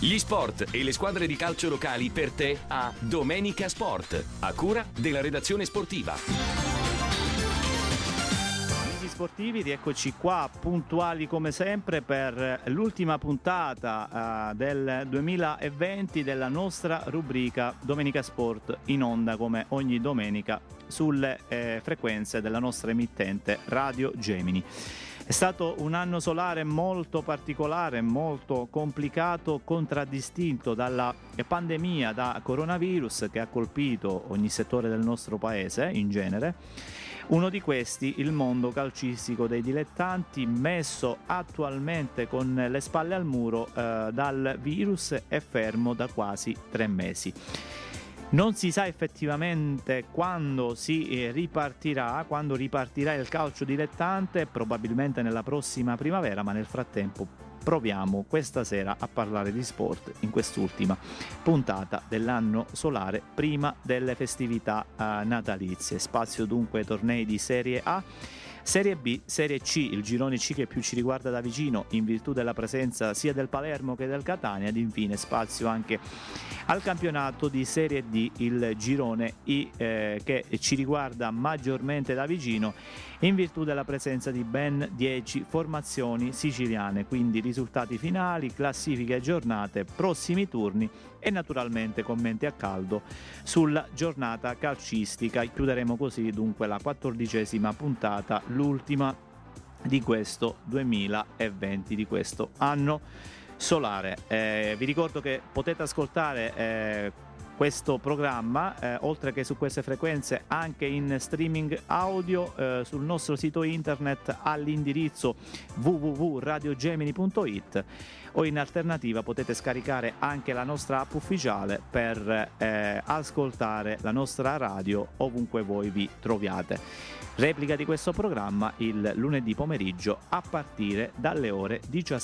Gli sport e le squadre di calcio locali per te a Domenica Sport, a cura della redazione sportiva. Amici sportivi, rieccoci qua puntuali come sempre per l'ultima puntata del 2020 della nostra rubrica Domenica Sport, in onda come ogni domenica sulle frequenze della nostra emittente Radio Gemini. È stato un anno solare molto particolare, molto complicato, contraddistinto dalla pandemia da coronavirus che ha colpito ogni settore del nostro paese in genere. Uno di questi, il mondo calcistico dei dilettanti, messo attualmente con le spalle al muro dal virus e fermo da quasi 3 mesi. Non si sa effettivamente quando ripartirà il calcio dilettante, probabilmente nella prossima primavera, ma nel frattempo proviamo questa sera a parlare di sport in quest'ultima puntata dell'anno solare prima delle festività natalizie. Spazio dunque ai tornei di Serie A, Serie B, Serie C, il girone C che più ci riguarda da vicino in virtù della presenza sia del Palermo che del Catania, ed infine spazio anche al campionato di Serie D, il girone I che ci riguarda maggiormente da vicino in virtù della presenza di ben 10 formazioni siciliane, quindi risultati finali, classifiche aggiornate, prossimi turni e naturalmente commenti a caldo sulla giornata calcistica. Chiuderemo così dunque la 14ª puntata, l'ultima di questo 2020, di questo anno solare. Vi ricordo che potete ascoltare questo programma oltre che su queste frequenze anche in streaming audio sul nostro sito internet all'indirizzo www.radiogemini.it, o in alternativa potete scaricare anche la nostra app ufficiale per ascoltare la nostra radio ovunque voi vi troviate. Replica di questo programma il lunedì pomeriggio a partire dalle ore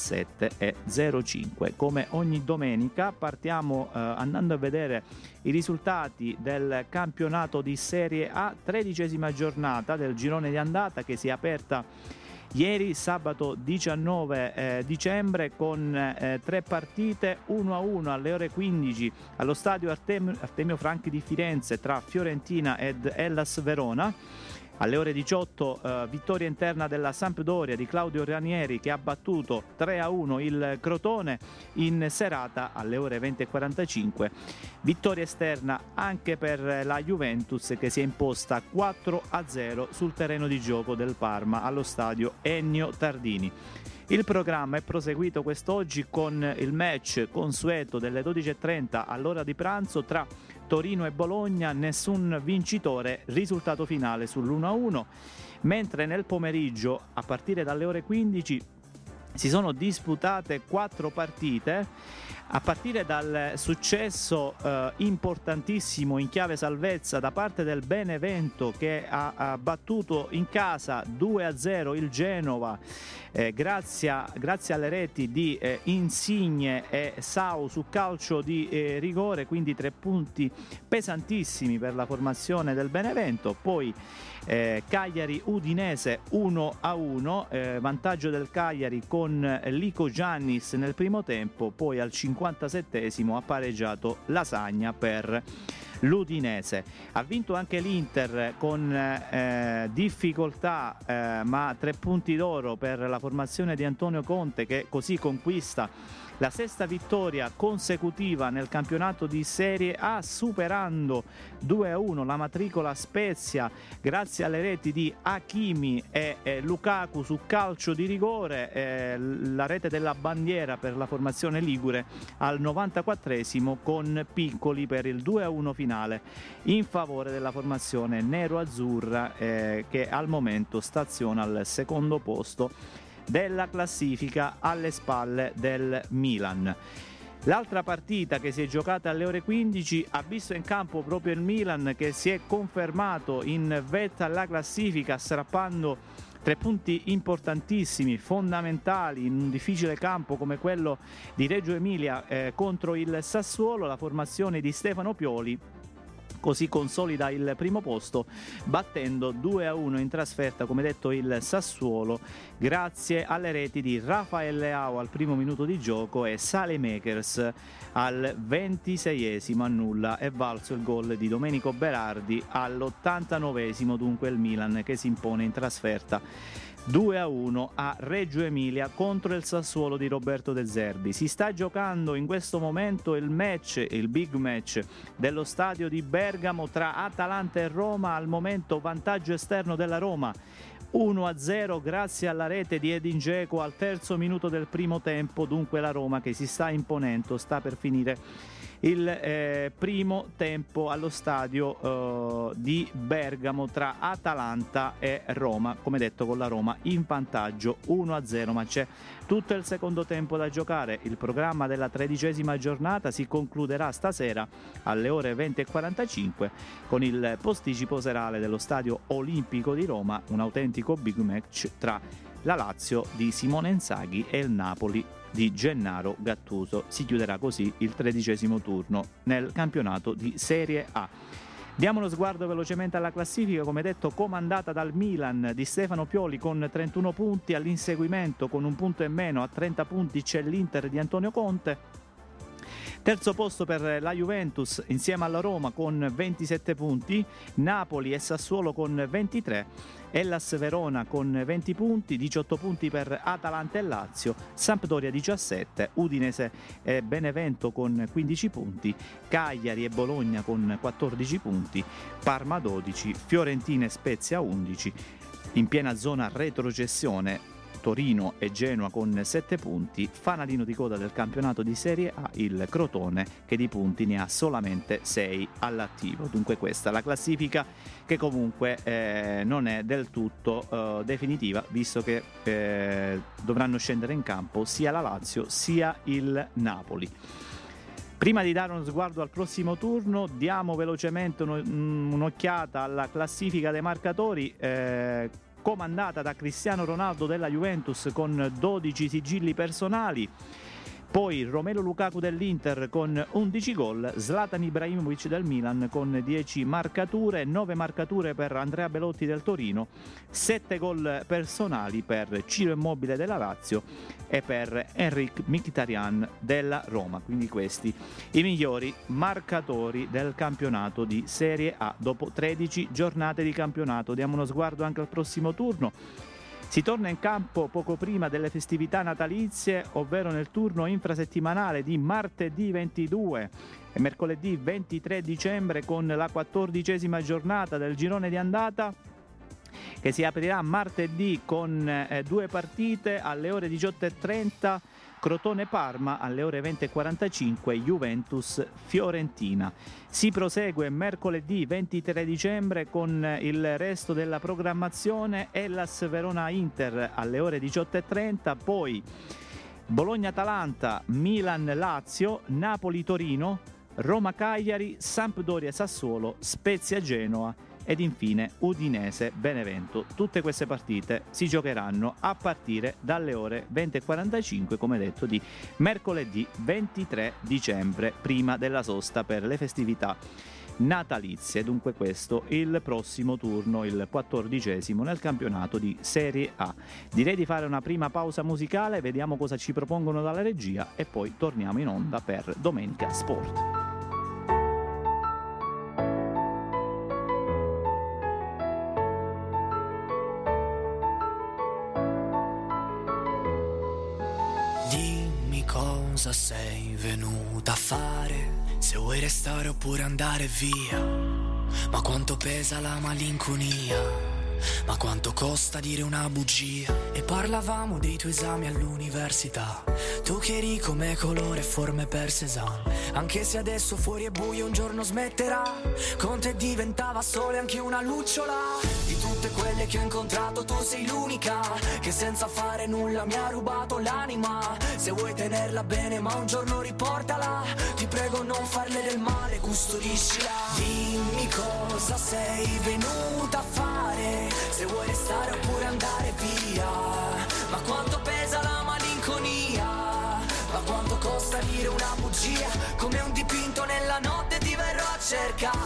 17:05. Come ogni domenica partiamo andando a vedere i risultati del campionato di Serie A, 13ª giornata del girone di andata che si è aperta ieri sabato 19 dicembre con 3 partite, 1-1 alle ore 15 allo stadio Artemio Franchi di Firenze tra Fiorentina ed Hellas Verona. Alle ore 18 vittoria interna della Sampdoria di Claudio Ranieri che ha battuto 3-1 il Crotone. In serata alle ore 20:45 vittoria esterna anche per la Juventus che si è imposta 4-0 sul terreno di gioco del Parma allo stadio Ennio Tardini. Il programma è proseguito quest'oggi con il match consueto delle 12:30 all'ora di pranzo tra Torino e Bologna, nessun vincitore, risultato finale sull'1-1, mentre nel pomeriggio a partire dalle ore 15 si sono disputate 4 partite, a partire dal successo importantissimo in chiave salvezza da parte del Benevento che ha battuto in casa 2-0 il Genova grazie alle reti di Insigne e Sau su calcio di rigore, quindi 3 punti pesantissimi per la formazione del Benevento. Poi Cagliari-Udinese 1-1, vantaggio del Cagliari con Lico Giannis nel primo tempo, poi al 57esimo ha pareggiato Lasagna per l'Udinese. Ha vinto anche l'Inter con difficoltà, ma 3 punti d'oro per la formazione di Antonio Conte che così conquista la 6ª vittoria consecutiva nel campionato di Serie A, superando 2-1 la matricola Spezia grazie alle reti di Hakimi e Lukaku su calcio di rigore, la rete della bandiera per la formazione ligure al 94esimo con Piccoli per il 2-1 finale in favore della formazione nero-azzurra che al momento staziona al secondo posto della classifica alle spalle del Milan. L'altra partita che si è giocata alle ore 15 ha visto in campo proprio il Milan che si è confermato in vetta alla classifica strappando 3 punti importantissimi, fondamentali in un difficile campo come quello di Reggio Emilia contro il Sassuolo. La formazione di Stefano Pioli così consolida il primo posto battendo 2-1 in trasferta, come detto, il Sassuolo, grazie alle reti di Rafael Leao al primo minuto di gioco e Saelemaekers al 26esimo. A nulla è valso il gol di Domenico Berardi all'89esimo, dunque il Milan che si impone in trasferta 2-1 a Reggio Emilia contro il Sassuolo di Roberto De Zerbi. Si sta giocando in questo momento il big match dello stadio di Bergamo tra Atalanta e Roma. Al momento vantaggio esterno della Roma 1-0 grazie alla rete di Edin Dzeko al terzo minuto del primo tempo. Dunque la Roma che si sta imponendo, sta per finire il primo tempo allo stadio di Bergamo tra Atalanta e Roma, come detto con la Roma in vantaggio 1-0, ma c'è tutto il secondo tempo da giocare. Il programma della 13ª giornata si concluderà stasera alle ore 20:45 con il posticipo serale dello stadio Olimpico di Roma, un autentico big match tra la Lazio di Simone Inzaghi e il Napoli di Gennaro Gattuso. Si chiuderà così il 13° turno nel campionato di Serie A. Diamo uno sguardo velocemente alla classifica, come detto comandata dal Milan di Stefano Pioli con 31 punti, all'inseguimento con un punto in meno a 30 punti c'è l'Inter di Antonio Conte. Terzo posto per la Juventus insieme alla Roma con 27 punti, Napoli e Sassuolo con 23, Hellas Verona con 20 punti, 18 punti per Atalanta e Lazio, Sampdoria 17, Udinese e Benevento con 15 punti, Cagliari e Bologna con 14 punti, Parma 12, Fiorentina e Spezia 11, in piena zona retrocessione Torino e Genoa con 7 punti, fanalino di coda del campionato di Serie A il Crotone che di punti ne ha solamente 6 all'attivo. Dunque questa è la classifica che comunque non è del tutto definitiva, visto che dovranno scendere in campo sia la Lazio sia il Napoli. Prima di dare uno sguardo al prossimo turno, diamo velocemente un'occhiata alla classifica dei marcatori comandata da Cristiano Ronaldo della Juventus con 12 sigilli personali, poi Romelu Lukaku dell'Inter con 11 gol, Zlatan Ibrahimovic del Milan con 10 marcature, 9 marcature per Andrea Belotti del Torino, 7 gol personali per Ciro Immobile della Lazio e per Henrikh Mkhitaryan della Roma. Quindi questi i migliori marcatori del campionato di Serie A dopo 13 giornate di campionato. Diamo uno sguardo anche al prossimo turno. Si torna in campo poco prima delle festività natalizie, ovvero nel turno infrasettimanale di martedì 22 e mercoledì 23 dicembre con la 14ª giornata del girone di andata, che si aprirà martedì con 2 partite alle ore 18:30, Crotone-Parma, alle ore 20:45 Juventus-Fiorentina. Si prosegue mercoledì 23 dicembre con il resto della programmazione: Hellas Verona-Inter alle ore 18:30, poi Bologna-Atalanta, Milan-Lazio, Napoli-Torino, Roma-Cagliari, Sampdoria-Sassuolo, Spezia-Genoa ed infine Udinese-Benevento. Tutte queste partite si giocheranno a partire dalle ore 20:45, come detto, di mercoledì 23 dicembre, prima della sosta per le festività natalizie. Dunque questo il prossimo turno, il 14° nel campionato di Serie A. Direi di fare una prima pausa musicale, vediamo cosa ci propongono dalla regia e poi torniamo in onda per Domenica Sport. Cosa sei venuta a fare? Se vuoi restare oppure andare via. Ma quanto pesa la malinconia? Ma quanto costa dire una bugia? E parlavamo dei tuoi esami all'università, tu che eri come colore e forme per Cézanne. Anche se adesso fuori è buio un giorno smetterà, con te diventava sole anche una lucciola. Di tutte quelle che ho incontrato tu sei l'unica che senza fare nulla mi ha rubato l'anima. Se vuoi tenerla bene ma un giorno riportala, ti prego non farle del male, custodiscila. Dimmi cosa sei venuta a fare, se vuoi restare oppure andare via. Ma quanto pesa la malinconia? Ma quanto costa dire una bugia? Come un dipinto nella notte ti verrò a cercare per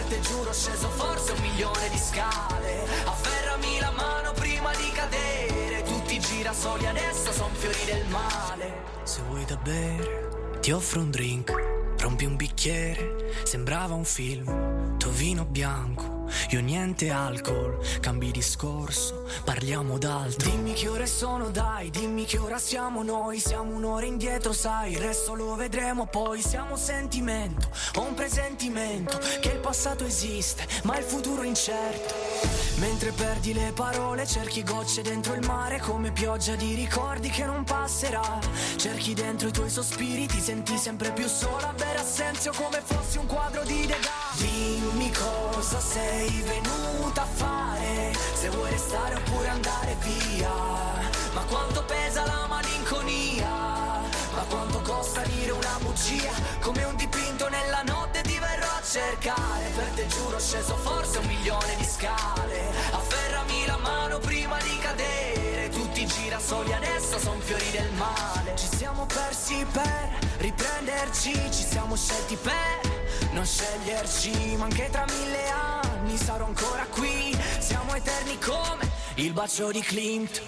te giuro ho sceso forse 1 milione di scale. Afferrami la mano prima di cadere, tutti i girasoli adesso son fiori del male. Se vuoi da bere ti offro un drink, rompi un bicchiere, sembrava un film, tuo vino bianco, io niente alcol, cambi discorso, parliamo d'altro. Dimmi che ore sono, dai, dimmi che ora siamo noi. Siamo un'ora indietro, sai, il resto lo vedremo poi. Siamo sentimento, ho un presentimento che il passato esiste, ma il futuro incerto. Mentre perdi le parole, cerchi gocce dentro il mare, come pioggia di ricordi che non passerà. Cerchi dentro i tuoi sospiri, ti senti sempre più sola, bere assenzio come fossi un quadro di Degas. Dimmi cosa sei venuta a fare, se vuoi restare oppure andare via. Ma quanto pesa la malinconia, ma quanto costa dire una bugia. Come un dipinto nella notte ti verrò a cercare, per te giuro ho sceso forse 1 milione di scale. Afferrami la mano prima di cadere, tutti i girasoli adesso son fiori del male. Ci siamo persi per riprenderci, ci siamo scelti per non sceglierci, ma anche tra 1000 anni sarò ancora qui. Siamo eterni come il bacio di Klimt.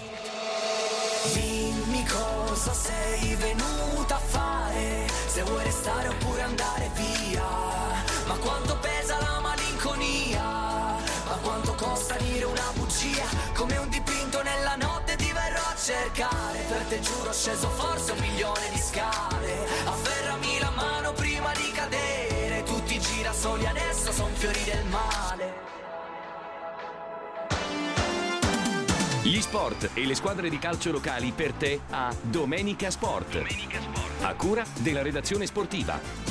Dimmi cosa sei venuta a fare, se vuoi restare oppure andare via. Ma quanto pesa la malinconia, ma quanto costa dire una bugia. Come un dipinto nella notte ti verrò a cercare, per te giuro ho sceso forse 1 milione di scale. Afferrami la mano prima di cadere, tutti i girasoli adesso son fiori del male. Gli sport e le squadre di calcio locali per te a Domenica Sport. A cura della redazione sportiva.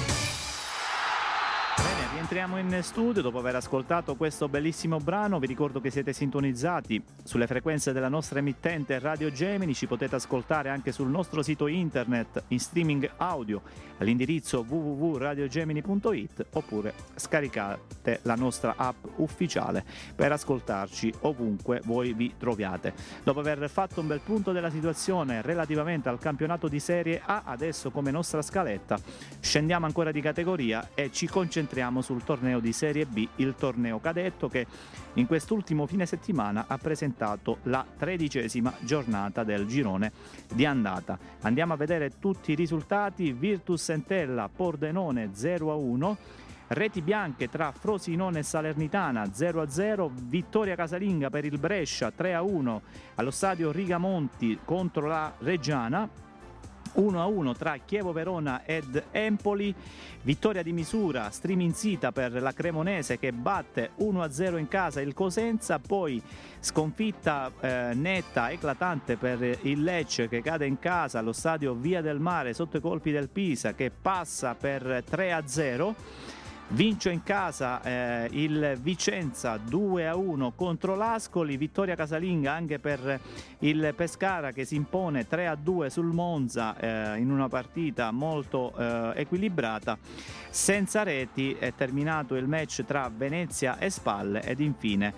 Bene, rientriamo in studio dopo aver ascoltato questo bellissimo brano. Vi ricordo che siete sintonizzati sulle frequenze della nostra emittente Radio Gemini. Ci potete ascoltare anche sul nostro sito internet in streaming audio all'indirizzo www.radiogemini.it, oppure scaricate la nostra app ufficiale per ascoltarci ovunque voi vi troviate. Dopo aver fatto un bel punto della situazione relativamente al campionato di Serie A, adesso come nostra scaletta scendiamo ancora di categoria e ci concentriamo sul torneo di Serie B, il torneo cadetto, che in quest'ultimo fine settimana ha presentato la 13ª giornata del girone di andata. Andiamo a vedere tutti i risultati. Virtus Entella Pordenone 0-1, reti bianche tra Frosinone e Salernitana 0-0, vittoria casalinga per il Brescia 3-1 allo stadio Rigamonti contro la Reggiana, 1-1 tra Chievo Verona ed Empoli, vittoria di misura striminzita per la Cremonese che batte 1-0 in casa il Cosenza, poi sconfitta netta, eclatante per il Lecce che cade in casa allo stadio Via del Mare sotto i colpi del Pisa, che passa per 3-0. Vince in casa il Vicenza 2-1 contro l'Ascoli, vittoria casalinga anche per il Pescara che si impone 3-2 sul Monza in una partita molto equilibrata. Senza reti è terminato il match tra Venezia e Spal, ed infine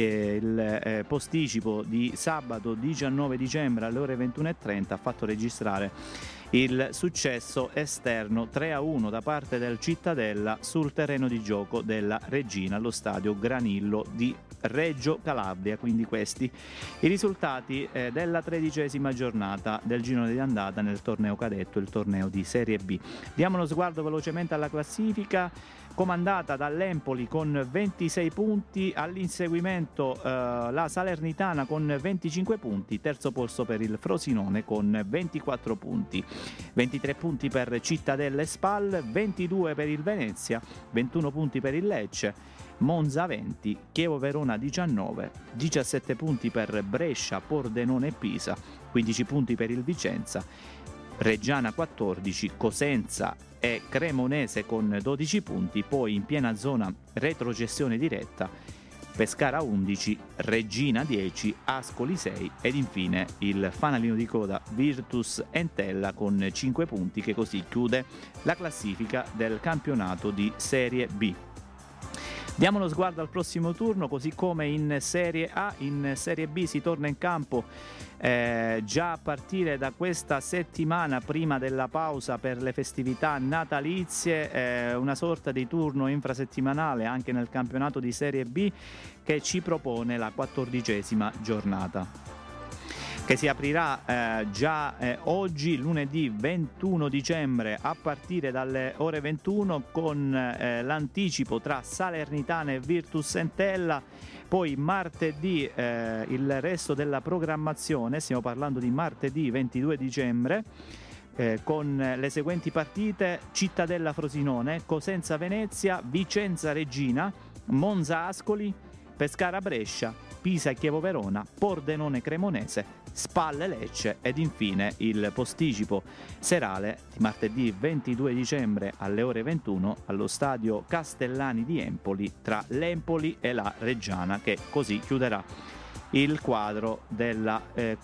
il posticipo di sabato 19 dicembre alle ore 21:30 ha fatto registrare il successo esterno 3-1 da parte del Cittadella sul terreno di gioco della Reggina allo stadio Granillo di Reggio Calabria. Quindi questi i risultati della 13ª giornata del girone di andata nel torneo cadetto, il torneo di Serie B. Diamo uno sguardo velocemente alla classifica, comandata dall'Empoli con 26 punti, all'inseguimento la Salernitana con 25 punti, terzo posto per il Frosinone con 24 punti, 23 punti per Cittadella e Spal, 22 per il Venezia, 21 punti per il Lecce, Monza 20, Chievo Verona 19, 17 punti per Brescia, Pordenone e Pisa, 15 punti per il Vicenza, Reggiana 14, Cosenza e Cremonese con 12 punti, poi in piena zona retrocessione diretta Pescara 11, Reggina 10, Ascoli 6 ed infine il fanalino di coda Virtus Entella con 5 punti, che così chiude la classifica del campionato di Serie B. Diamo uno sguardo al prossimo turno, così come in Serie A. In Serie B si torna in campo già a partire da questa settimana, prima della pausa per le festività natalizie, una sorta di turno infrasettimanale anche nel campionato di Serie B che ci propone la 14ª giornata, che si aprirà già oggi, lunedì 21 dicembre, a partire dalle ore 21, con l'anticipo tra Salernitana e Virtus Entella. Poi martedì il resto della programmazione, stiamo parlando di martedì 22 dicembre, con le seguenti partite: Cittadella Frosinone, Cosenza Venezia, Vicenza Reggina, Monza Ascoli, Pescara Brescia, Pisa Chievo Verona, Pordenone Cremonese, Spalle Lecce ed infine il posticipo serale di martedì 22 dicembre alle ore 21 allo stadio Castellani di Empoli, tra l'Empoli e la Reggiana, che così chiuderà il quadro della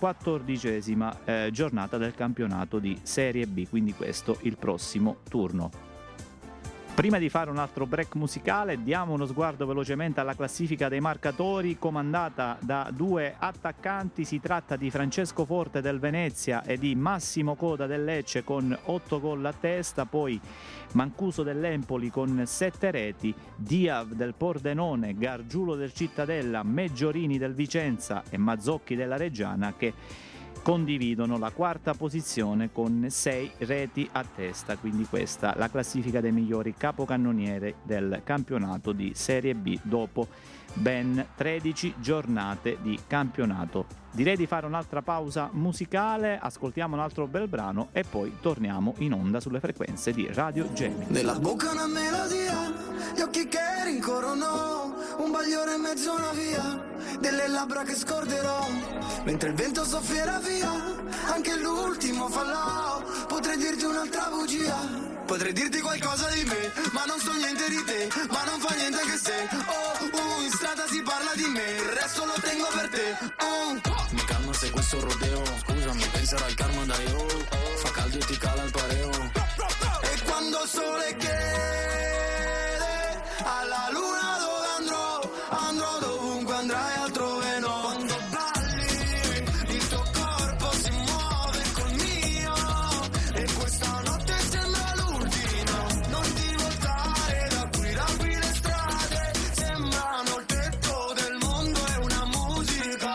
14ª giornata del campionato di Serie B, quindi questo il prossimo turno. Prima di fare un altro break musicale, diamo uno sguardo velocemente alla classifica dei marcatori, comandata da due attaccanti. Si tratta di Francesco Forte del Venezia e di Massimo Coda del Lecce con 8 gol a testa, poi Mancuso dell'Empoli con 7 reti, Diav del Pordenone, Gargiulo del Cittadella, Meggiorini del Vicenza e Mazzocchi della Reggiana, che condividono la quarta posizione con 6 reti a testa. Quindi questa la classifica dei migliori capocannonieri del campionato di Serie B dopo ben 13 giornate di campionato. Direi di fare un'altra pausa musicale, ascoltiamo un altro bel brano e poi torniamo in onda sulle frequenze di Radio Gemini. Nella bocca una melodia, gli occhi che rincorrono, un bagliore in mezzo a una via, delle labbra che scorderò, mentre il vento soffierà via, anche l'ultimo falò. Potrei dirti un'altra bugia, potrei dirti qualcosa di me, ma non so niente di te, ma non fa niente anche se in strada si parla di me, il resto lo tengo per te. Mi calma se questo rodeo, scusami, penserò al karma da io, fa caldo e ti cala il pareo. E quando il sole chiede alla luna dove andrò dovunque andrai altrove no. Quando balli il tuo corpo si muove col mio, e questa notte sembra l'ultima, non ti voltare da qui le strade sembrano il tetto del mondo e una musica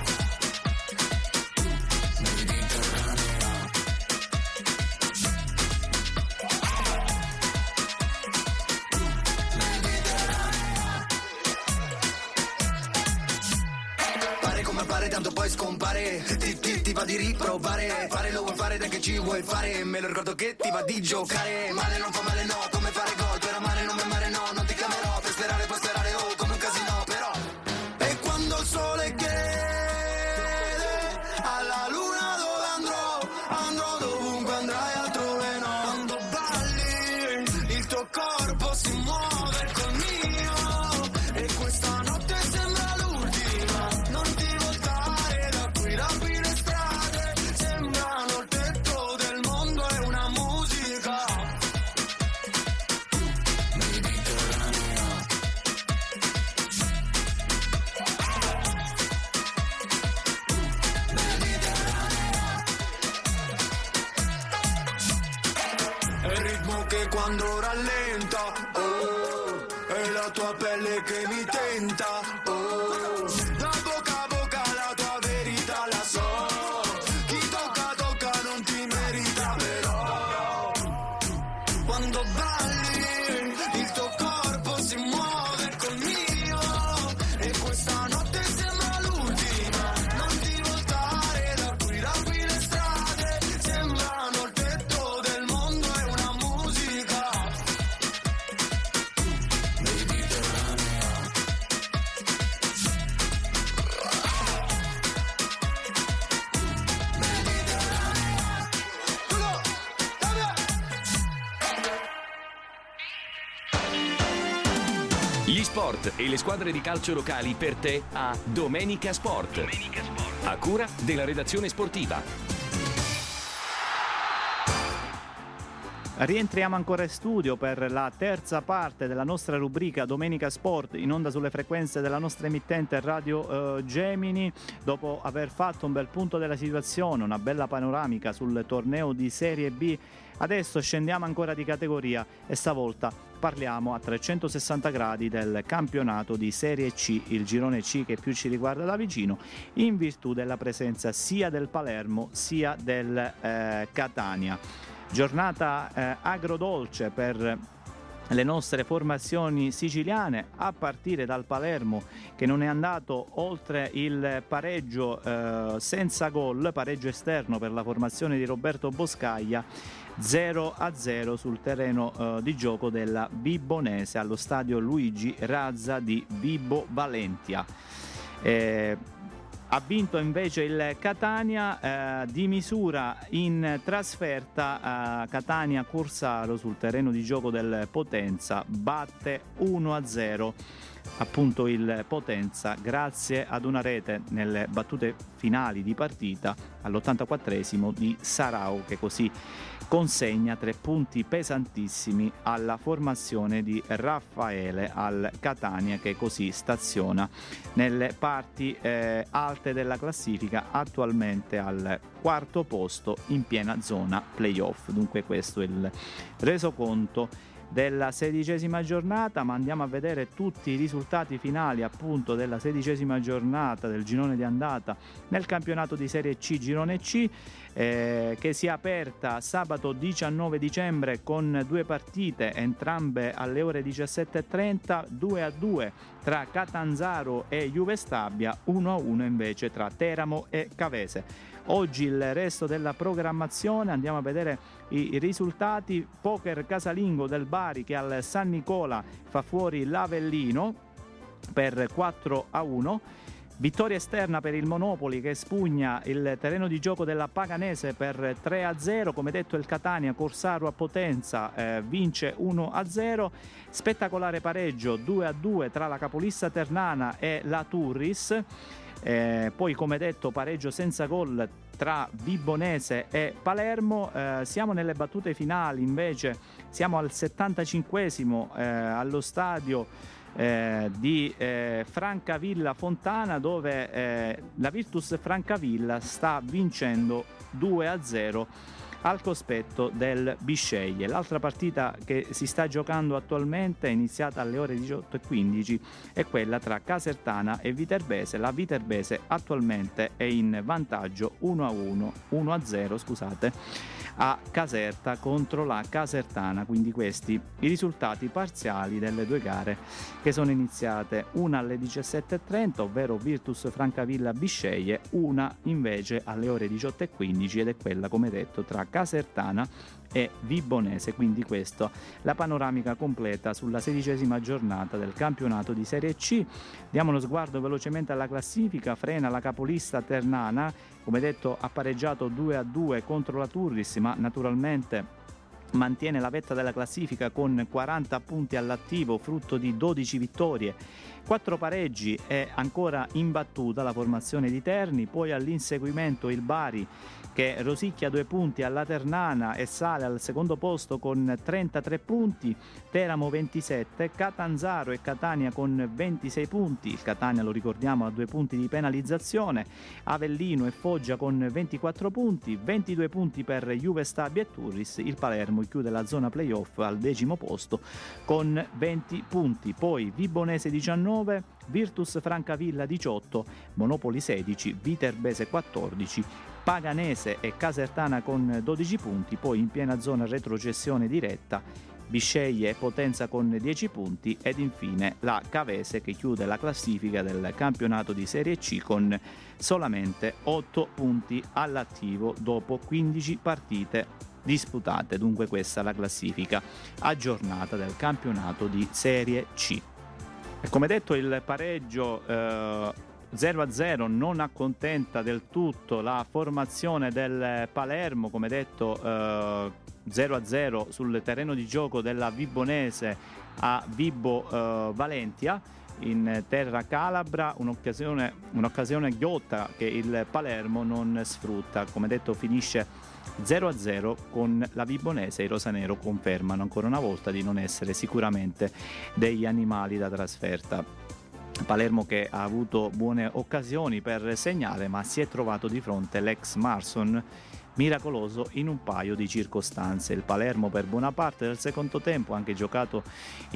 pare, tanto poi scompare, ti va di riprovare, fare lo vuoi fare, dai che ci vuoi fare, me lo ricordo che ti va di giocare, male non fa male no, come fare gol, per amare non mi amare no, non ti chiamerò, per sperare puoi sperare oh, come un casino però, e quando il sole chiede alla luna dove andrò dovunque andrai altrove no, quando balli il tuo corpo si muove col mio, e questa notte sembra l'ultima, non ti voltare da qui le strade sembrano il tetto del mondo e una musica mediterranea. È il ritmo che quando rallenta, oh, è la tua pelle che mi tenta, oh, da bocca a bocca la tua verità la so, chi tocca non ti merita però, quando balli il tuo corpo si muove col mio, e questa notte sembra l'ultima, non ti voltare da qui le strade sembrano il tetto del mondo e una musica mediterranea. Gli sport e le squadre di calcio locali per te a Domenica Sport. A cura della redazione sportiva. Rientriamo ancora in studio per la terza parte della nostra rubrica Domenica Sport, in onda sulle frequenze della nostra emittente Radio Gemini. Dopo aver fatto un bel punto della situazione, una bella panoramica sul torneo di Serie B, adesso scendiamo ancora di categoria e stavolta parliamo a 360 gradi del campionato di Serie C, il girone C che più ci riguarda da vicino, in virtù della presenza sia del Palermo sia del Catania. Giornata agrodolce per le nostre formazioni siciliane, a partire dal Palermo che non è andato oltre il pareggio senza gol, pareggio esterno per la formazione di Roberto Boscaglia, 0-0 sul terreno di gioco della Vibonese allo stadio Luigi Razza di Vibo Valentia. Ha vinto invece il Catania di misura in trasferta. Catania Corsaro sul terreno di gioco del Potenza batte 1-0 appunto il Potenza grazie ad una rete nelle battute finali di partita all'84esimo di Sarao, che così consegna 3 punti pesantissimi alla formazione di Raffaele al Catania, che così staziona nelle parti alte della classifica, attualmente al 4° posto in piena zona playoff. Dunque questo è il resoconto della 16ª giornata, ma andiamo a vedere tutti i risultati finali appunto della 16ª giornata del girone di andata nel campionato di Serie C, girone C, che si è aperta sabato 19 dicembre con 2 partite, entrambe alle ore 17:30, 2-2 tra Catanzaro e Juve Stabia, 1-1 invece tra Teramo e Cavese. Oggi il resto della programmazione, andiamo a vedere i risultati. Poker casalingo del Bari che al San Nicola fa fuori l'Avellino per 4-1. Vittoria esterna per il Monopoli che spugna il terreno di gioco della Paganese per 3-0. Come detto, il Catania Corsaro a Potenza vince 1-0. Spettacolare pareggio 2-2 tra la capolista Ternana e la Turris. Poi, come detto, pareggio senza gol tra Vibonese e Palermo. Siamo nelle battute finali, invece siamo al 75esimo allo stadio di Francavilla Fontana, dove la Virtus Francavilla sta vincendo 2-0 al cospetto del Bisceglie. L'altra partita che si sta giocando attualmente, è iniziata alle ore 18:15, è quella tra Casertana e Viterbese. La Viterbese attualmente è in vantaggio 1-0, scusate, a Caserta contro la Casertana. Quindi questi i risultati parziali delle 2 gare che sono iniziate, una alle 17:30, ovvero Virtus Francavilla Bisceglie, una invece alle ore 18:15 ed è quella, come detto, tra Casertana e Vibonese. Quindi questa la panoramica completa sulla 16ª giornata del campionato di Serie C. Diamo uno sguardo velocemente alla classifica. Frena la capolista Ternana, come detto ha pareggiato 2-2 contro la Turris, ma naturalmente mantiene la vetta della classifica con 40 punti all'attivo, frutto di 12 vittorie, 4 pareggi, è ancora imbattuta la formazione di Terni. Poi all'inseguimento il Bari che rosicchia 2 punti alla Ternana e sale al secondo posto con 33 punti, Teramo 27, Catanzaro e Catania con 26 punti, il Catania lo ricordiamo a 2 punti di penalizzazione, Avellino e Foggia con 24 punti, 22 punti per Juve Stabia e Turris. Il Palermo chiude la zona playoff al 10° posto con 20 punti. Poi Vibonese 19, Virtus Francavilla 18, Monopoli 16, Viterbese 14, Paganese e Casertana con 12 punti. Poi in piena zona retrocessione diretta Bisceglie e Potenza con 10 punti ed infine la Cavese che chiude la classifica del campionato di Serie C con solamente 8 punti all'attivo dopo 15 partite disputate. Dunque questa è la classifica aggiornata del campionato di Serie C. E come detto, il pareggio 0-0 non accontenta del tutto la formazione del Palermo. Come detto, 0-0 sul terreno di gioco della Vibonese a Vibo Valentia. in terra calabra, un'occasione ghiotta che il Palermo non sfrutta. Come detto, finisce 0-0 con la Vibonese. I rosanero confermano ancora una volta di non essere sicuramente degli animali da trasferta. Palermo che ha avuto buone occasioni per segnare, ma si è trovato di fronte l'ex Marson miracoloso in un paio di circostanze. Il Palermo per buona parte del secondo tempo ha anche giocato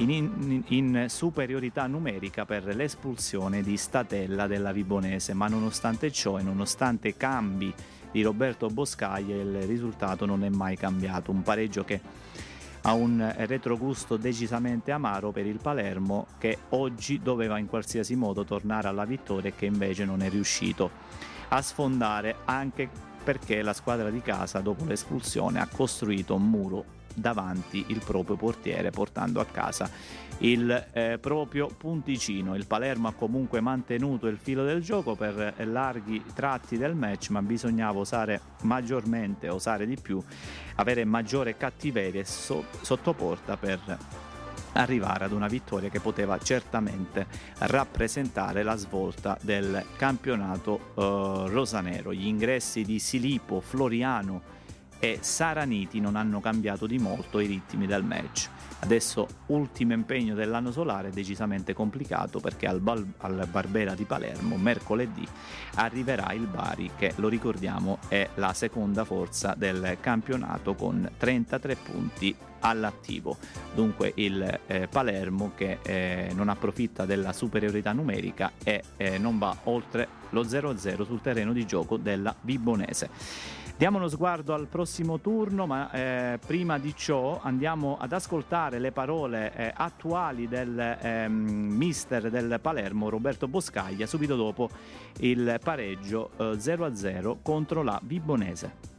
in superiorità numerica per l'espulsione di Statella della Vibonese, ma nonostante ciò e nonostante cambi di Roberto Boscaglia il risultato non è mai cambiato. Un pareggio che ha un retrogusto decisamente amaro per il Palermo, che oggi doveva in qualsiasi modo tornare alla vittoria e che invece non è riuscito a sfondare, anche perché la squadra di casa dopo l'espulsione ha costruito un muro davanti il proprio portiere, portando a casa il proprio punticino. Il Palermo ha comunque mantenuto il filo del gioco per larghi tratti del match, ma bisognava osare maggiormente, osare di più, avere maggiore cattiveria sotto porta per arrivare ad una vittoria che poteva certamente rappresentare la svolta del campionato rosanero. Gli ingressi di Silipo, Floriano e Saraniti non hanno cambiato di molto i ritmi del match. Adesso ultimo impegno dell'anno solare, decisamente complicato, perché al Barbera di Palermo mercoledì arriverà il Bari, che lo ricordiamo è la seconda forza del campionato con 33 punti all'attivo. Dunque il Palermo che non approfitta della superiorità numerica e non va oltre lo 0-0 sul terreno di gioco della Vibonese. Diamo uno sguardo al prossimo turno, ma prima di ciò andiamo ad ascoltare le parole attuali del mister del Palermo, Roberto Boscaglia, subito dopo il pareggio 0-0 contro la Vibonese.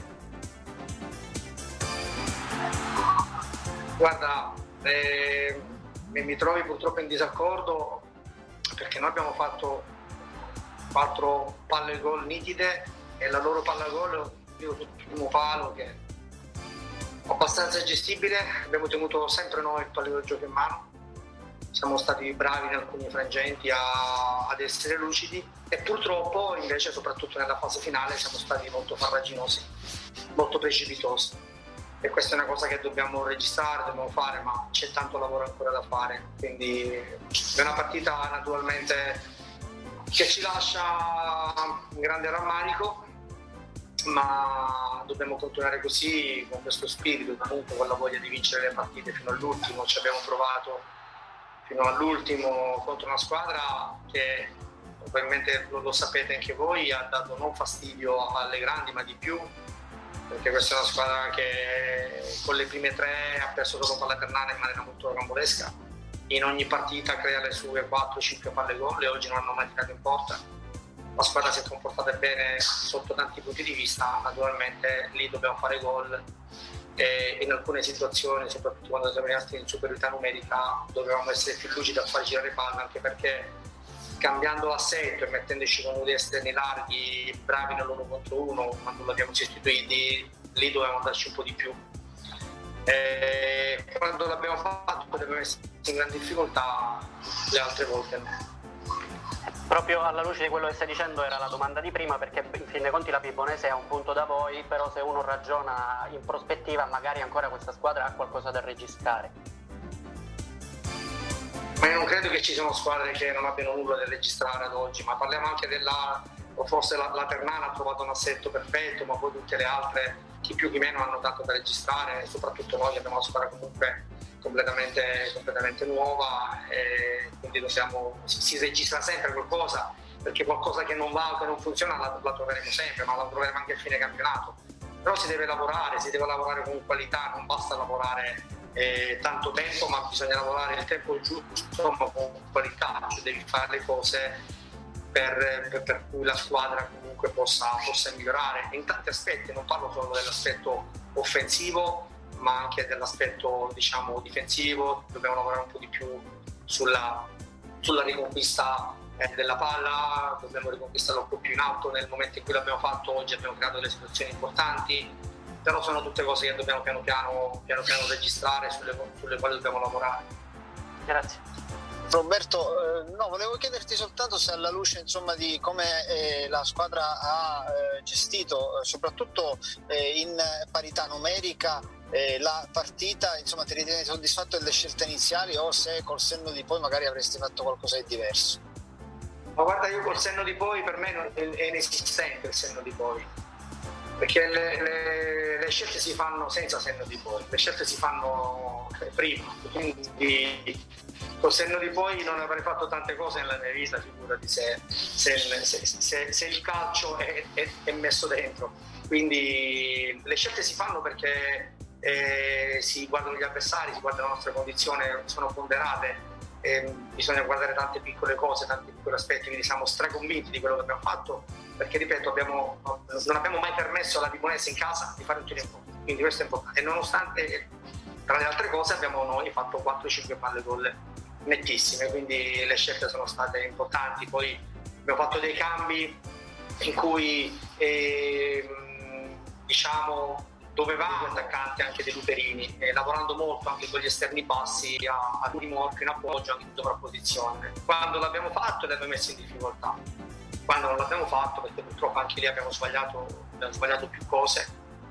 Guarda, mi trovi purtroppo in disaccordo, perché noi abbiamo fatto 4 palle gol nitide e la loro palla gol sul primo palo, che è abbastanza gestibile. Abbiamo tenuto sempre noi il pallino del gioco in mano, siamo stati bravi in alcuni frangenti ad essere lucidi, e purtroppo invece soprattutto nella fase finale siamo stati molto farraginosi, molto precipitosi, e questa è una cosa che dobbiamo registrare, dobbiamo fare, ma c'è tanto lavoro ancora da fare. Quindi è una partita naturalmente che ci lascia un grande rammarico, ma dobbiamo continuare così, con questo spirito, comunque con la voglia di vincere le partite fino all'ultimo. Ci abbiamo provato fino all'ultimo contro una squadra che probabilmente lo sapete anche voi, ha dato non fastidio alle grandi ma di più, perché questa è una squadra che con le prime 3 ha perso solo con la Ternana in maniera molto rocambolesca. In ogni partita crea le sue 4-5 palle gol e oggi non hanno mai tirato in porta. La squadra si è comportata bene sotto tanti punti di vista, naturalmente lì dobbiamo fare gol, e in alcune situazioni, soprattutto quando siamo rimasti in superiorità numerica, dovevamo essere più lucidi a far girare palla, anche perché cambiando l'assetto e mettendoci con due esterni larghi bravi nell'1 contro 1, quando l'abbiamo sostituiti, lì dovevamo darci un po' di più. E quando l'abbiamo fatto abbiamo messo in grande difficoltà, le altre volte no. Proprio alla luce di quello che stai dicendo era la domanda di prima, perché in fin dei conti la Vibonese è un punto da voi, però se uno ragiona in prospettiva magari ancora questa squadra ha qualcosa da registrare. Ma io non credo che ci siano squadre che non abbiano nulla da registrare ad oggi, ma parliamo anche o forse la Ternana ha trovato un assetto perfetto, ma poi tutte le altre, chi più chi meno, hanno tanto da registrare, e soprattutto noi abbiamo una squadra comunque completamente nuova, e quindi si registra sempre qualcosa, perché qualcosa che non va o che non funziona la troveremo sempre, ma la troveremo anche a fine campionato. Però si deve lavorare con qualità, non basta lavorare tanto tempo, ma bisogna lavorare il tempo giusto, ma con qualità, cioè devi fare le cose per cui la squadra comunque possa migliorare in tanti aspetti. Non parlo solo dell'aspetto offensivo, ma anche dell'aspetto difensivo. Dobbiamo lavorare un po' di più sulla riconquista della palla, dobbiamo riconquistarla un po' più in alto nel momento in cui l'abbiamo fatto. Oggi abbiamo creato delle situazioni importanti, però sono tutte cose che dobbiamo piano piano registrare, sulle quali dobbiamo lavorare. Grazie. Roberto, no, volevo chiederti soltanto se alla luce insomma di come la squadra ha gestito soprattutto in parità numerica la partita, insomma ti ritieni soddisfatto delle scelte iniziali o se col senno di poi magari avresti fatto qualcosa di diverso? Ma guarda, io col senno di poi per me è inesistente il senno di poi, perché le scelte si fanno senza senno di poi, le scelte si fanno prima, quindi col senno di poi non avrei fatto tante cose nella mia vita, figurati se il calcio è messo dentro. Quindi le scelte si fanno perché si guardano gli avversari, si guardano le nostre condizioni, sono ponderate, bisogna guardare tante piccole cose, tanti piccoli aspetti, quindi siamo straconvinti di quello che abbiamo fatto, perché ripeto non abbiamo mai permesso alla Vibonese in casa di fare un tiro in porta, quindi questo è importante, e nonostante tra le altre cose abbiamo noi fatto 4-5 palle gol nettissime, quindi le scelte sono state importanti. Poi abbiamo fatto dei cambi in cui diciamo dovevamo gli attaccanti anche dei Luperini, lavorando molto anche con gli esterni bassi a rimorchio, in appoggio, anche in sovrapposizione. Quando l'abbiamo fatto li abbiamo messi in difficoltà, quando non l'abbiamo fatto, perché purtroppo anche lì abbiamo sbagliato più cose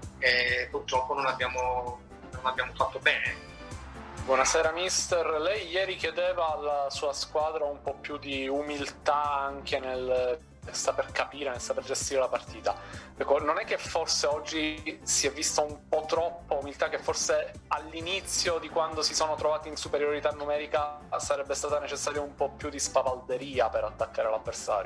e purtroppo non abbiamo fatto bene. Buonasera mister, lei ieri chiedeva alla sua squadra un po' più di umiltà anche nel saper capire, nel saper gestire la partita. Ecco, non è che forse oggi si è vista un po' troppa umiltà, che forse all'inizio di quando si sono trovati in superiorità numerica sarebbe stata necessaria un po' più di spavalderia per attaccare l'avversario?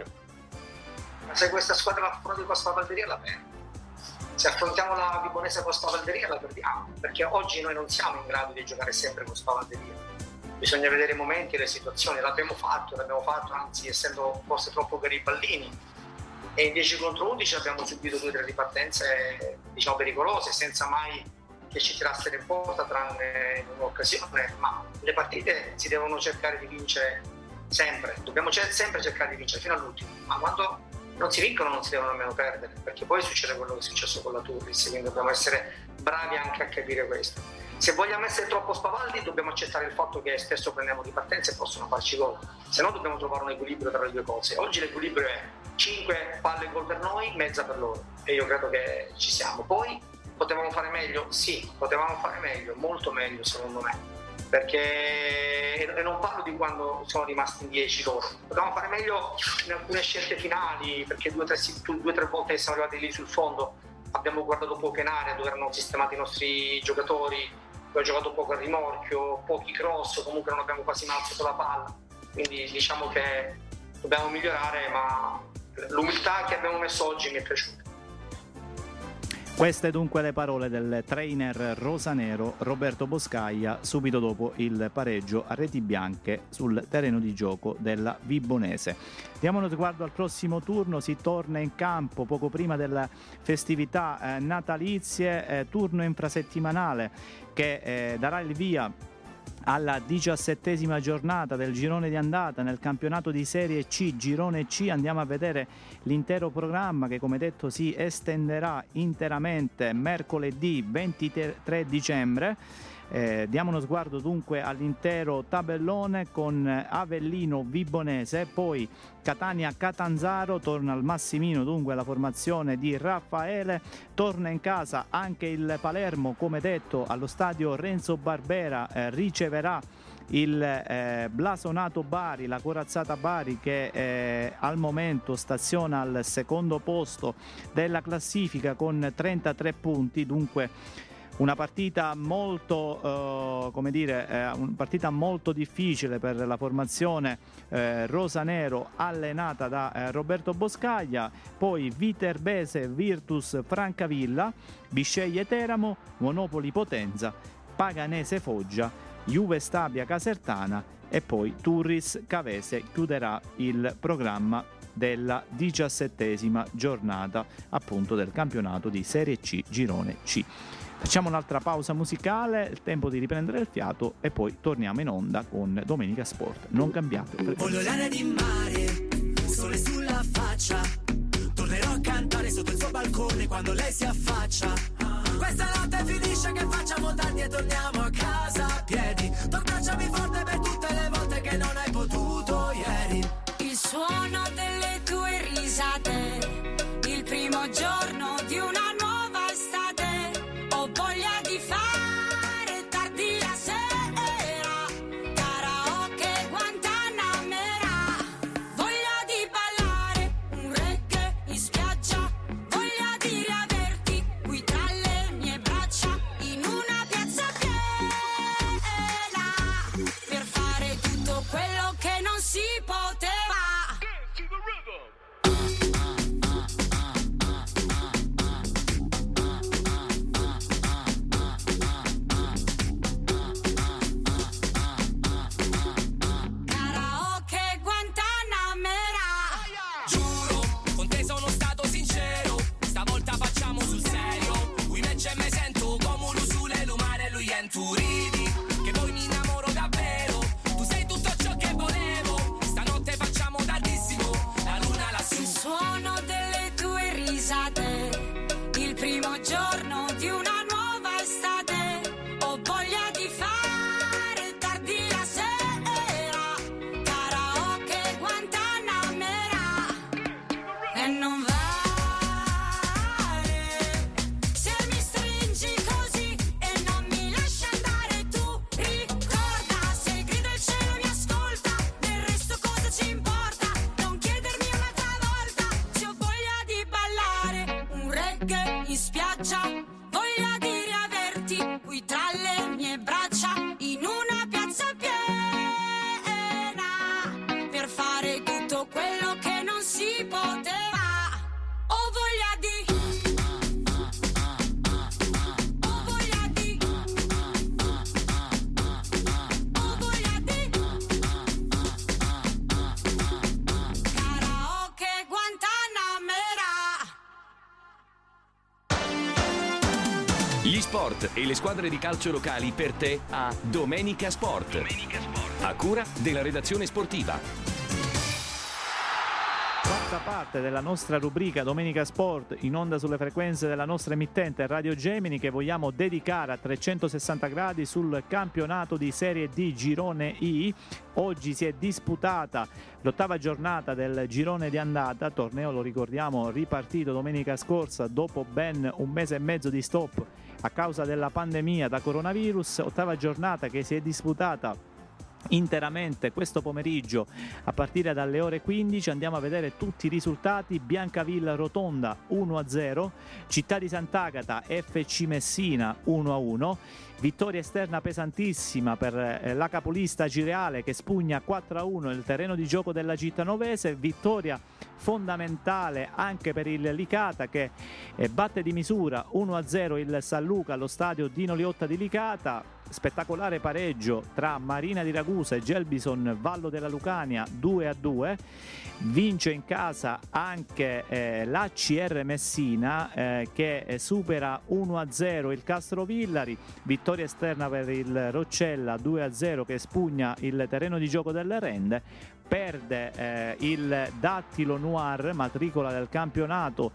Ma se questa squadra affronta con spavalderia la perde. Se affrontiamo la Vibonese con spavalderia la perdiamo, perché oggi noi non siamo in grado di giocare sempre con spavalderia. Bisogna vedere i momenti e le situazioni. L'abbiamo fatto, anzi essendo forse troppo garibaldini, e in 10 contro 11 abbiamo subito 2 o 3 ripartenze diciamo pericolose, senza mai che ci tirassero in porta tranne in un'occasione. Ma le partite si devono cercare di vincere sempre, dobbiamo sempre cercare di vincere fino all'ultimo, ma quando non si vincono non si devono nemmeno perdere, perché poi succede quello che è successo con la Turris, quindi dobbiamo essere bravi anche a capire questo. Se vogliamo essere troppo spavaldi dobbiamo accettare il fatto che spesso prendiamo ripartenze e possono farci gol, se no dobbiamo trovare un equilibrio tra le due cose. Oggi l'equilibrio è 5 palle gol per noi, mezza per loro, e io credo che ci siamo. Poi potevamo fare meglio? Sì, potevamo fare meglio, molto meglio secondo me, perché e non parlo di quando sono rimasti in 10 loro, potevamo fare meglio in alcune scelte finali, perché 2 o 3 volte che siamo arrivati lì sul fondo abbiamo guardato poco in area dove erano sistemati i nostri giocatori, ho giocato poco a rimorchio, pochi cross, comunque non abbiamo quasi mai alzato la palla, quindi diciamo che dobbiamo migliorare, ma l'umiltà che abbiamo messo oggi mi è piaciuta. Queste dunque le parole del trainer rosanero Roberto Boscaglia subito dopo il pareggio a reti bianche sul terreno di gioco della Vibonese. Diamo uno sguardo al prossimo turno, si torna in campo poco prima delle festività natalizie, turno infrasettimanale che darà il via alla 17ª giornata del girone di andata nel campionato di Serie C, girone C. Andiamo a vedere l'intero programma che, come detto, si estenderà interamente mercoledì 23 dicembre. Diamo uno sguardo dunque all'intero tabellone con Avellino Vibonese, poi Catania Catanzaro, torna al Massimino dunque la formazione di Raffaele, torna in casa anche il Palermo, come detto allo stadio Renzo Barbera, riceverà il blasonato Bari, la corazzata Bari che al momento staziona al secondo posto della classifica con 33 punti, dunque una partita molto, una partita molto difficile per la formazione rosanero allenata da Roberto Boscaglia. Poi Viterbese Virtus Francavilla, Bisceglie Teramo, Monopoli Potenza, Paganese Foggia, Juve Stabia Casertana e poi Turris Cavese chiuderà il programma della 17ª giornata appunto del campionato di Serie C, girone C. Facciamo un'altra pausa musicale, il tempo di riprendere il fiato e poi torniamo in onda con Domenica Sport. Non cambiate. Voglio l'aria di mare, sole sulla faccia. Tornerò a cantare sotto il suo balcone quando lei si affaccia. Questa notte finisce che facciamo tardi e torniamo a casa a piedi. Tu abbracciami forte per tutte le volte che non hai potuto. si poteva. Karaoke Guantanamera. Giuro, con te sono stato sincero, stavolta facciamo sul serio. Qui invece me sento come un usule, l'umare e lui è in turidi. Che poi mi innamoro davvero, tu sei tutto ciò che volevo. Stanotte facciamo tardissimo, la luna lassù. Il suono delle tue risate, il primo giorno di una nuova estate. Ho voglia di fare tardi la sera. Karaoke Guantanamera. E non vale se mi stringi così e non mi lasci andare. Tu ricorda, se grido il cielo mi ascolta. Del resto cosa ci importa? Non chiedermi un'altra volta se ho voglia di ballare un reggae in spiaggia. Voglia di riaverti qui tra le mie braccia in una piazza piena per fare tutto quello che non si poteva. Ho voglia di, ho voglia di, ho voglia di. Karaoke Guantanamera. Gli sport e le squadre di calcio locali per te a Domenica Sport. A cura della redazione sportiva. Quarta parte della nostra rubrica Domenica Sport, in onda sulle frequenze della nostra emittente Radio Gemini, che vogliamo dedicare a 360 gradi sul campionato di Serie D Girone I. Oggi si è disputata l'8ª giornata del girone di andata, torneo, lo ricordiamo, ripartito domenica scorsa dopo ben un mese e mezzo di stop a causa della pandemia da coronavirus. 8ª giornata che si è disputata interamente questo pomeriggio a partire dalle ore 15. Andiamo a vedere tutti i risultati. Biancavilla Rotonda 1-0, Città di Sant'Agata FC Messina 1-1, vittoria esterna pesantissima per la capolista Acireale che spugna 4-1 il terreno di gioco della cittanovese, vittoria fondamentale anche per il Licata che batte di misura 1-0 il San Luca allo stadio Dino Liotta di Licata. Spettacolare pareggio tra Marina di Ragusa e Gelbison Vallo della Lucania 2-2. Vince in casa anche l'ACR Messina che supera 1-0 il Castrovillari, vittoria esterna per il Roccella 2-0 che spugna il terreno di gioco delle Rende. Perde il Dattilo Noir, matricola del campionato,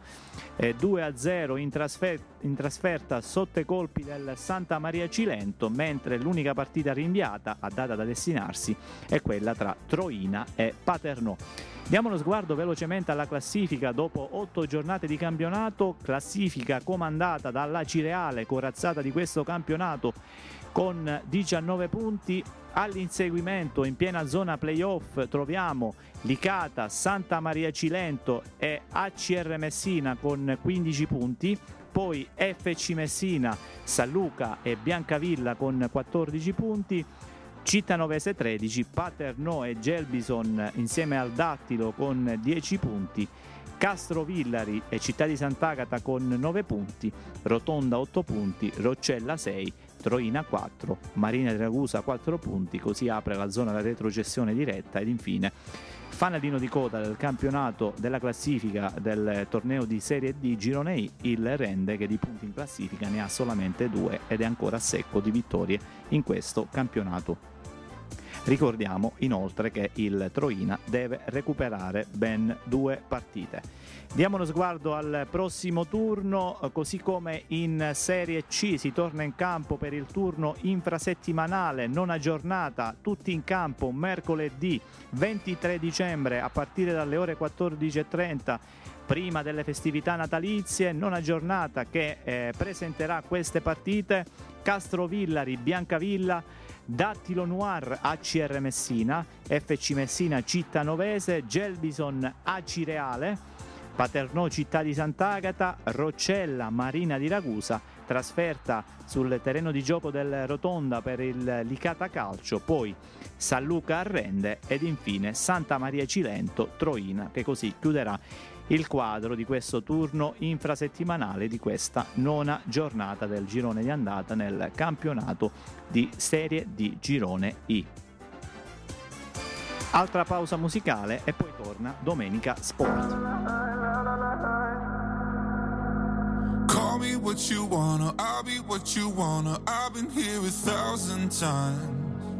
2-0 in trasferta sotto i colpi del Santa Maria Cilento, mentre l'unica partita rinviata a data da destinarsi è quella tra Troina e Paternò. Diamo uno sguardo velocemente alla classifica dopo 8 giornate di campionato, classifica comandata dalla Cireale, corazzata di questo campionato con 19 punti. All'inseguimento in piena zona playoff troviamo Licata, Santa Maria Cilento e ACR Messina con 15 punti, poi FC Messina, San Luca e Biancavilla con 14 punti, Cittanovese 13, Paternò e Gelbison insieme al Dattilo con 10 punti, Castrovillari e Città di Sant'Agata con 9 punti, Rotonda 8 punti, Roccella 6, Troina 4, Marina di Ragusa 4 punti, così apre la zona della retrocessione diretta ed infine fanalino di coda del campionato della classifica del torneo di Serie D Girone I, il Rende, che di punti in classifica ne ha solamente 2 ed è ancora a secco di vittorie in questo campionato. Ricordiamo inoltre che il Troina deve recuperare ben 2 partite. Diamo uno sguardo al prossimo turno, così come in Serie C si torna in campo per il turno infrasettimanale, nona giornata, tutti in campo mercoledì 23 dicembre a partire dalle ore 14:30. Prima delle festività natalizie, nona giornata che presenterà queste partite: Castrovillari, Biancavilla, Dattilo Noir, ACR Messina, FC Messina, Cittanovese, Gelbison, Acireale, Paternò, Città di Sant'Agata, Roccella, Marina di Ragusa, trasferta sul terreno di gioco del Rotonda per il Licata Calcio, poi San Luca Arrende ed infine Santa Maria Cilento Troina, che così chiuderà il quadro di questo turno infrasettimanale di questa 9ª giornata del girone di andata nel campionato di Serie D Girone I. Altra pausa musicale e poi torna Domenica Sport. Call me what you wanna, I'll be what you wanna. I've been here 1,000 times.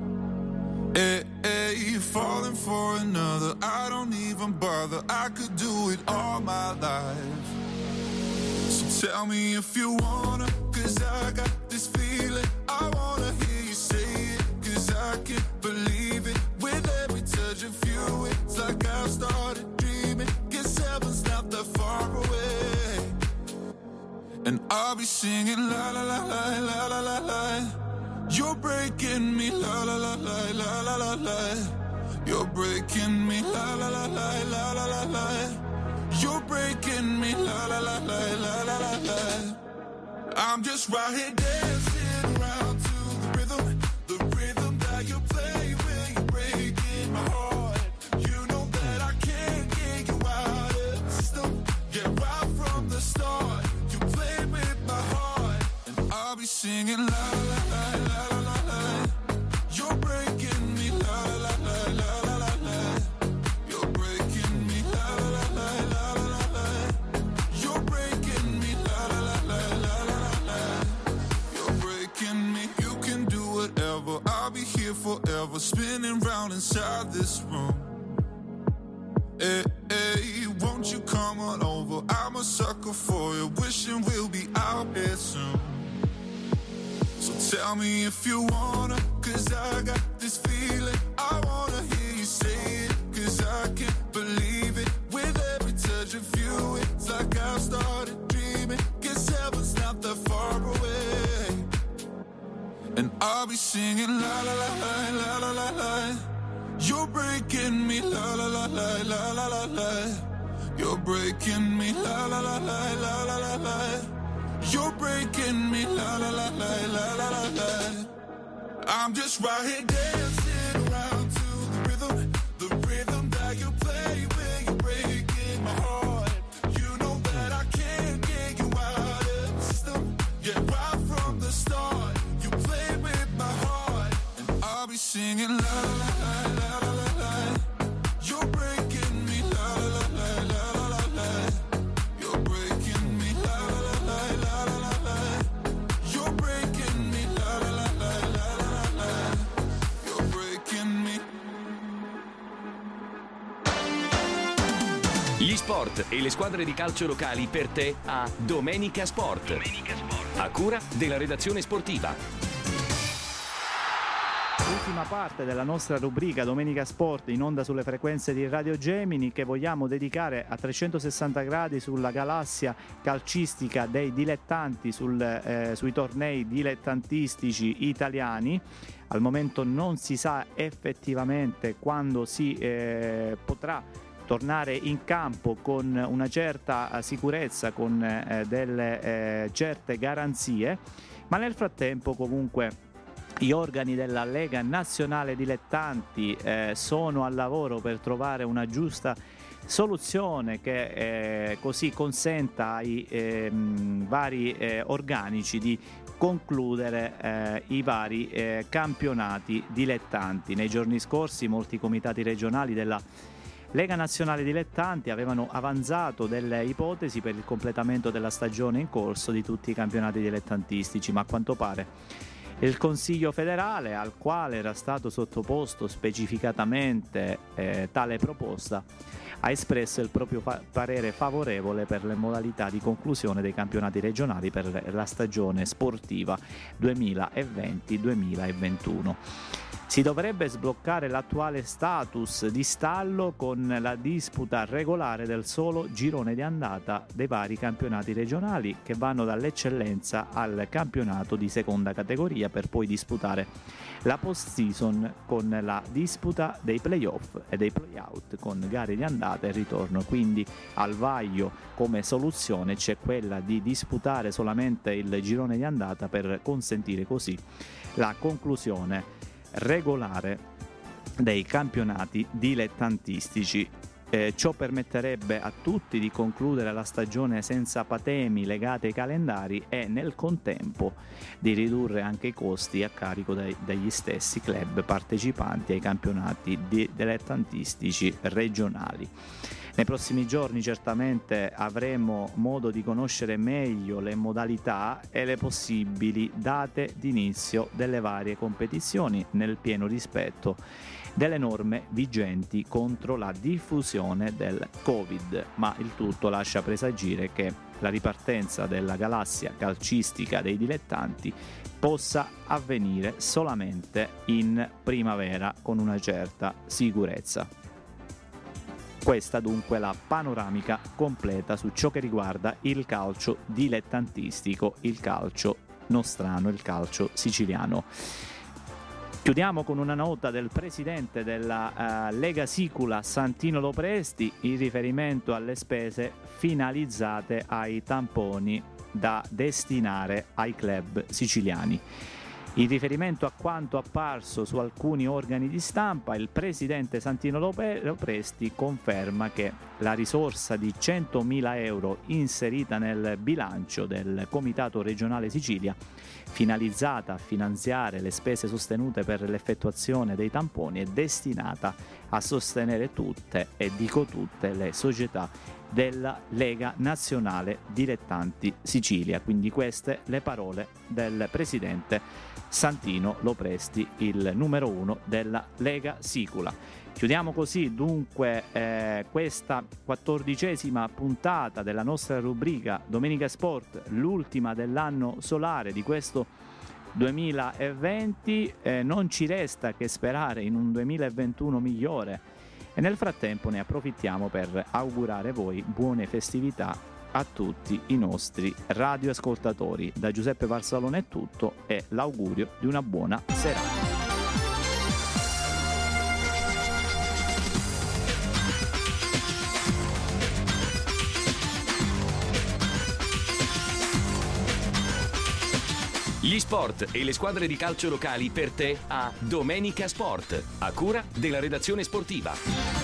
Hey, falling for another, I don't even bother. I could do it all my life. So tell me if you wanna, 'cause I got this feeling. I wanna hear you say it, 'cause I can't believe it. With every touch of you, it's like I've started dreaming. 'Cause heaven's not that far away. And I'll be singing la la la la la la la la. You're breaking me, la la la la la la la la. You're breaking me, la la la la la la la la. You're breaking me, la la la la la la la la. I'm just right here dancing around to the rhythm that you play when you're breaking my heart. You know that I can't get you out of the system. Yeah, right from the start, you played with my heart, and I'll be singing la la la la. You're breaking me, la la la la la la la. You're breaking me, la la la la la la la. You're breaking me, la la la la la la la. You're breaking me. You can do whatever. I'll be here forever, spinning round inside this room. Hey, hey, won't you come on over? I'm a sucker for you, wishing we'll be out here soon. So tell me if you wanna, 'cause I got this feeling. I wanna hear you say it, 'cause I can't believe it. With every touch of you, it's like I've started dreaming. 'Cause heaven's not that far away. And I'll be singing la la la la la la la la. You're breaking me, la la la la la la la la. You're breaking me, la la la la la la la la. You're breaking me, la la la la la la la la. I'm just right here dancing around to the rhythm that you play when you're breaking my heart. You know that I can't get you out of the system. Yeah, right from the start, you played with my heart, and I'll be singing la la la la la la la. You're breaking me, la la la la la la la. You're breaking me, la la la la la la la la. You're breaking me, la la la la la la la. You're breaking me. Gli sport e le squadre di calcio locali per te a Domenica Sport. A cura della redazione sportiva. Ultima parte della nostra rubrica Domenica Sport in onda sulle frequenze di Radio Gemini, che vogliamo dedicare a 360 gradi sulla galassia calcistica dei dilettanti, sui tornei dilettantistici italiani. Al momento non si sa effettivamente quando si potrà tornare in campo con una certa sicurezza, con delle certe garanzie, ma nel frattempo comunque gli organi della Lega Nazionale Dilettanti sono al lavoro per trovare una giusta soluzione che così consenta ai vari organici di concludere i vari campionati dilettanti. Nei giorni scorsi molti comitati regionali della Lega Nazionale Dilettanti avevano avanzato delle ipotesi per il completamento della stagione in corso di tutti i campionati dilettantistici, ma a quanto pare il Consiglio federale, al quale era stato sottoposto specificatamente tale proposta, ha espresso il proprio parere favorevole per le modalità di conclusione dei campionati regionali per la stagione sportiva 2020-2021. Si dovrebbe sbloccare l'attuale status di stallo con la disputa regolare del solo girone di andata dei vari campionati regionali che vanno dall'eccellenza al campionato di seconda categoria, per poi disputare la post-season con la disputa dei play-off e dei play-out con gare di andata e ritorno. Quindi al vaglio come soluzione c'è quella di disputare solamente il girone di andata per consentire così la conclusione regolare dei campionati dilettantistici. Ciò permetterebbe a tutti di concludere la stagione senza patemi legati ai calendari e nel contempo di ridurre anche i costi a carico degli stessi club partecipanti ai campionati dilettantistici regionali. Nei prossimi giorni certamente avremo modo di conoscere meglio le modalità e le possibili date d'inizio delle varie competizioni nel pieno rispetto delle norme vigenti contro la diffusione del Covid, ma il tutto lascia presagire che la ripartenza della galassia calcistica dei dilettanti possa avvenire solamente in primavera con una certa sicurezza. Questa dunque la panoramica completa su ciò che riguarda il calcio dilettantistico, il calcio nostrano, il calcio siciliano. Chiudiamo con una nota del presidente della Lega Sicula, Santino Lopresti, in riferimento alle spese finalizzate ai tamponi da destinare ai club siciliani. In riferimento a quanto apparso su alcuni organi di stampa, il presidente Santino Lopresti conferma che la risorsa di 100.000 euro inserita nel bilancio del Comitato Regionale Sicilia, finalizzata a finanziare le spese sostenute per l'effettuazione dei tamponi, è destinata a sostenere tutte, e dico tutte, le società della Lega Nazionale Dilettanti Sicilia. Quindi queste le parole del presidente Santino Lopresti, il numero 1 della Lega Sicula. Chiudiamo così dunque questa 14ª puntata della nostra rubrica Domenica Sport, l'ultima dell'anno solare di questo 2020. Non ci resta che sperare in un 2021 migliore e nel frattempo ne approfittiamo per augurare voi buone festività a tutti i nostri radioascoltatori. Da Giuseppe Varsalone è tutto e l'augurio di una buona serata. Gli sport e le squadre di calcio locali per te a Domenica Sport, a cura della redazione sportiva.